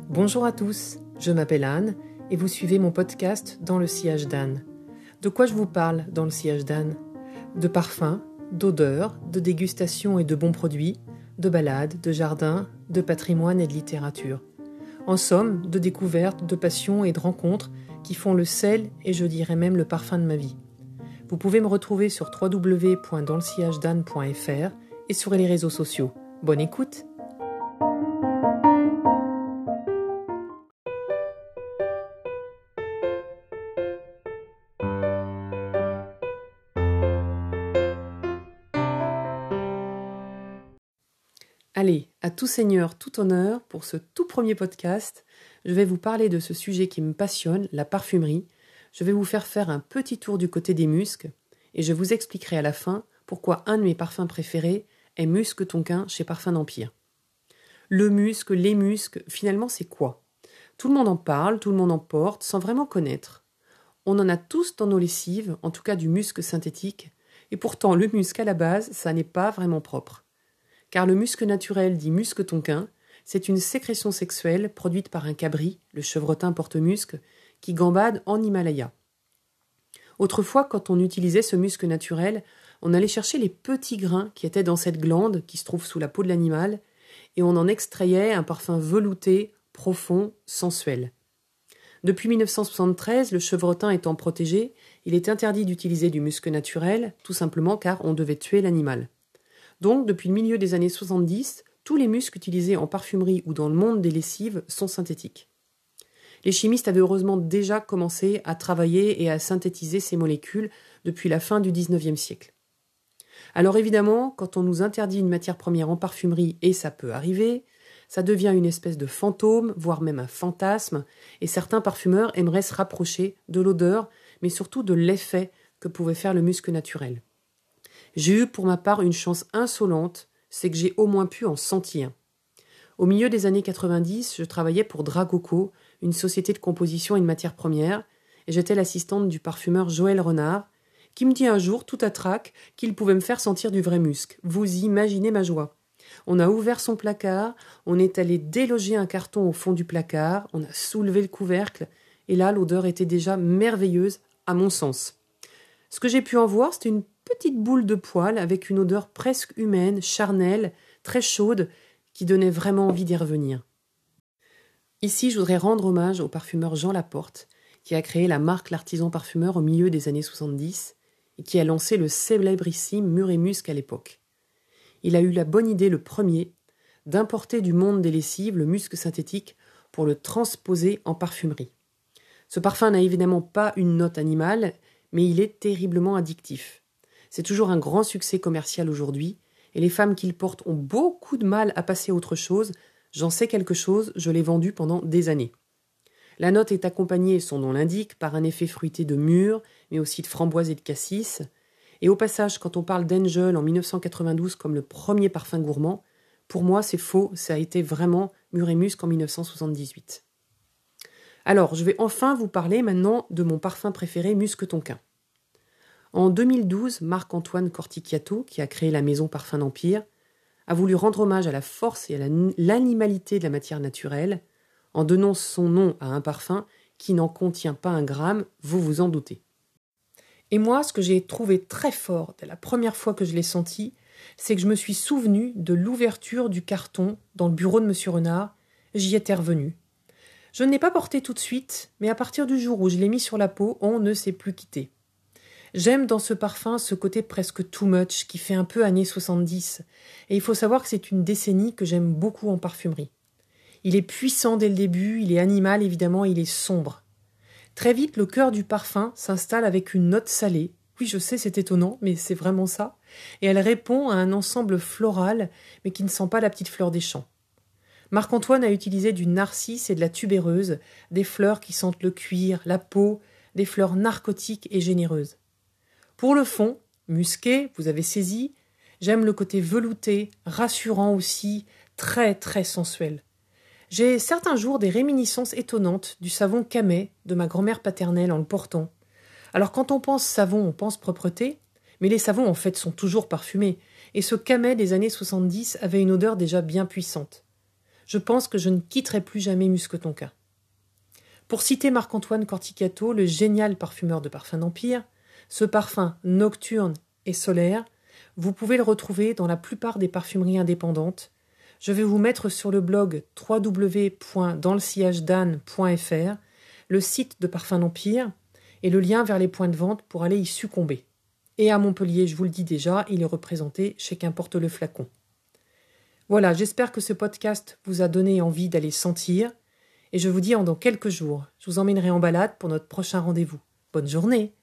Bonjour à tous, je m'appelle Anne et vous suivez mon podcast Dans le sillage d'Anne. De quoi je vous parle dans le sillage d'Anne ? De parfums, d'odeurs, de dégustation et de bons produits, de balades, de jardins, de patrimoine et de littérature. En somme, de découvertes, de passions et de rencontres qui font le sel et je dirais même le parfum de ma vie. Vous pouvez me retrouver sur www.danslesiagedanne.fr et sur les réseaux sociaux. Bonne écoute! Allez, à tout seigneur, tout honneur, pour ce tout premier podcast, je vais vous parler de ce sujet qui me passionne, la parfumerie. Je vais vous faire un petit tour du côté des muscs et je vous expliquerai à la fin pourquoi un de mes parfums préférés est Musc Tonquin chez Parfums d'Empire. Le musc, les muscs, finalement c'est quoi ? Tout le monde en parle, tout le monde en porte, sans vraiment connaître. On en a tous dans nos lessives, en tout cas du musc synthétique, et pourtant le musc à la base, ça n'est pas vraiment propre. Car le musc naturel dit musc tonquin, c'est une sécrétion sexuelle produite par un cabri, le chevretin porte-musc, qui gambade en Himalaya. Autrefois, quand on utilisait ce musc naturel, on allait chercher les petits grains qui étaient dans cette glande qui se trouve sous la peau de l'animal, et on en extrayait un parfum velouté, profond, sensuel. Depuis 1973, le chevretin étant protégé, il est interdit d'utiliser du musc naturel, tout simplement car on devait tuer l'animal. Donc, depuis le milieu des années 70, tous les muscs utilisés en parfumerie ou dans le monde des lessives sont synthétiques. Les chimistes avaient heureusement déjà commencé à travailler et à synthétiser ces molécules depuis la fin du XIXe siècle. Alors évidemment, quand on nous interdit une matière première en parfumerie, et ça peut arriver, ça devient une espèce de fantôme, voire même un fantasme, et certains parfumeurs aimeraient se rapprocher de l'odeur, mais surtout de l'effet que pouvait faire le musc naturel. J'ai eu pour ma part une chance insolente, c'est que j'ai au moins pu en sentir. Au milieu des années 90, je travaillais pour Dragoco, une société de composition et de matières premières, et j'étais l'assistante du parfumeur Joël Renard, qui me dit un jour, tout à trac, qu'il pouvait me faire sentir du vrai musc. Vous imaginez ma joie. On a ouvert son placard, on est allé déloger un carton au fond du placard, on a soulevé le couvercle, et là, l'odeur était déjà merveilleuse, à mon sens. Ce que j'ai pu en voir, c'était une petite boule de poil avec une odeur presque humaine, charnelle, très chaude, qui donnait vraiment envie d'y revenir. Ici, je voudrais rendre hommage au parfumeur Jean Laporte, qui a créé la marque L'Artisan Parfumeur au milieu des années 70 et qui a lancé le célébrissime Mur et Musc à l'époque. Il a eu la bonne idée, le premier, d'importer du monde des lessives le musc synthétique pour le transposer en parfumerie. Ce parfum n'a évidemment pas une note animale, mais il est terriblement addictif. C'est toujours un grand succès commercial aujourd'hui, et les femmes qui le portent ont beaucoup de mal à passer à autre chose. J'en sais quelque chose, je l'ai vendu pendant des années. La note est accompagnée, son nom l'indique, par un effet fruité de mûre, mais aussi de framboise et de cassis. Et au passage, quand on parle d'Angel en 1992 comme le premier parfum gourmand, pour moi c'est faux, ça a été vraiment Mur et Musc en 1978. Alors, je vais enfin vous parler maintenant de mon parfum préféré, Musc Tonquin. En 2012, Marc-Antoine Corticchiato, qui a créé la maison Parfums d'Empire, a voulu rendre hommage à la force et à l'animalité de la matière naturelle en donnant son nom à un parfum qui n'en contient pas un gramme, vous vous en doutez. Et moi, ce que j'ai trouvé très fort dès la première fois que je l'ai senti, c'est que je me suis souvenu de l'ouverture du carton dans le bureau de M. Renard. J'y étais revenue. Je ne l'ai pas porté tout de suite, mais à partir du jour où je l'ai mis sur la peau, on ne s'est plus quitté. J'aime dans ce parfum ce côté presque too much qui fait un peu années 70. Et il faut savoir que c'est une décennie que j'aime beaucoup en parfumerie. Il est puissant dès le début, il est animal évidemment, il est sombre. Très vite, le cœur du parfum s'installe avec une note salée. Oui, je sais, c'est étonnant, mais c'est vraiment ça. Et elle répond à un ensemble floral, mais qui ne sent pas la petite fleur des champs. Marc-Antoine a utilisé du narcisse et de la tubéreuse, des fleurs qui sentent le cuir, la peau, des fleurs narcotiques et généreuses. Pour le fond, musqué, vous avez saisi, j'aime le côté velouté, rassurant aussi, très très sensuel. J'ai certains jours des réminiscences étonnantes du savon Camay de ma grand-mère paternelle en le portant. Alors quand on pense savon, on pense propreté, mais les savons en fait sont toujours parfumés, et ce Camay des années 70 avait une odeur déjà bien puissante. je pense que je ne quitterai plus jamais Musque-Tonka. Pour citer Marc-Antoine Corticato, le génial parfumeur de parfums d'Empire, ce parfum nocturne et solaire, vous pouvez le retrouver dans la plupart des parfumeries indépendantes. Je vais vous mettre sur le blog www.danslesillagedanne.fr le site de Parfums d'Empire et le lien vers les points de vente pour aller y succomber. Et à Montpellier, je vous le dis déjà, il est représenté chez Qu'importe le flacon. Voilà, j'espère que ce podcast vous a donné envie d'aller sentir et je vous dis dans quelques jours. Je vous emmènerai en balade pour notre prochain rendez-vous. Bonne journée!